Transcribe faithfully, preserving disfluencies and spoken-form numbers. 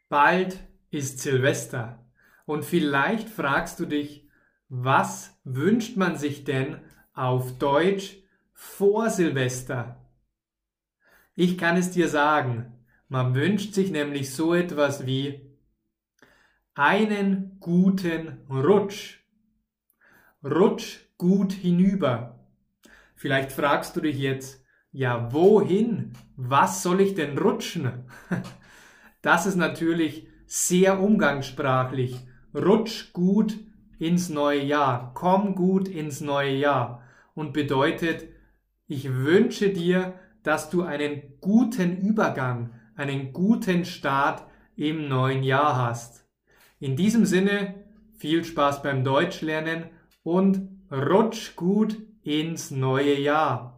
Bald ist Silvester und vielleicht fragst du dich, was wünscht man sich denn auf Deutsch vor Silvester? Ich kann es dir sagen, man wünscht sich nämlich so etwas wie einen guten Rutsch. Rutsch gut hinüber. Vielleicht fragst du dich jetzt, ja, wohin? Was soll ich denn rutschen? Das ist natürlich sehr umgangssprachlich. Rutsch gut ins neue Jahr. Komm gut ins neue Jahr. Und bedeutet, ich wünsche dir, dass du einen guten Übergang, einen guten Start im neuen Jahr hast. In diesem Sinne, viel Spaß beim Deutschlernen und rutsch gut ins neue Jahr.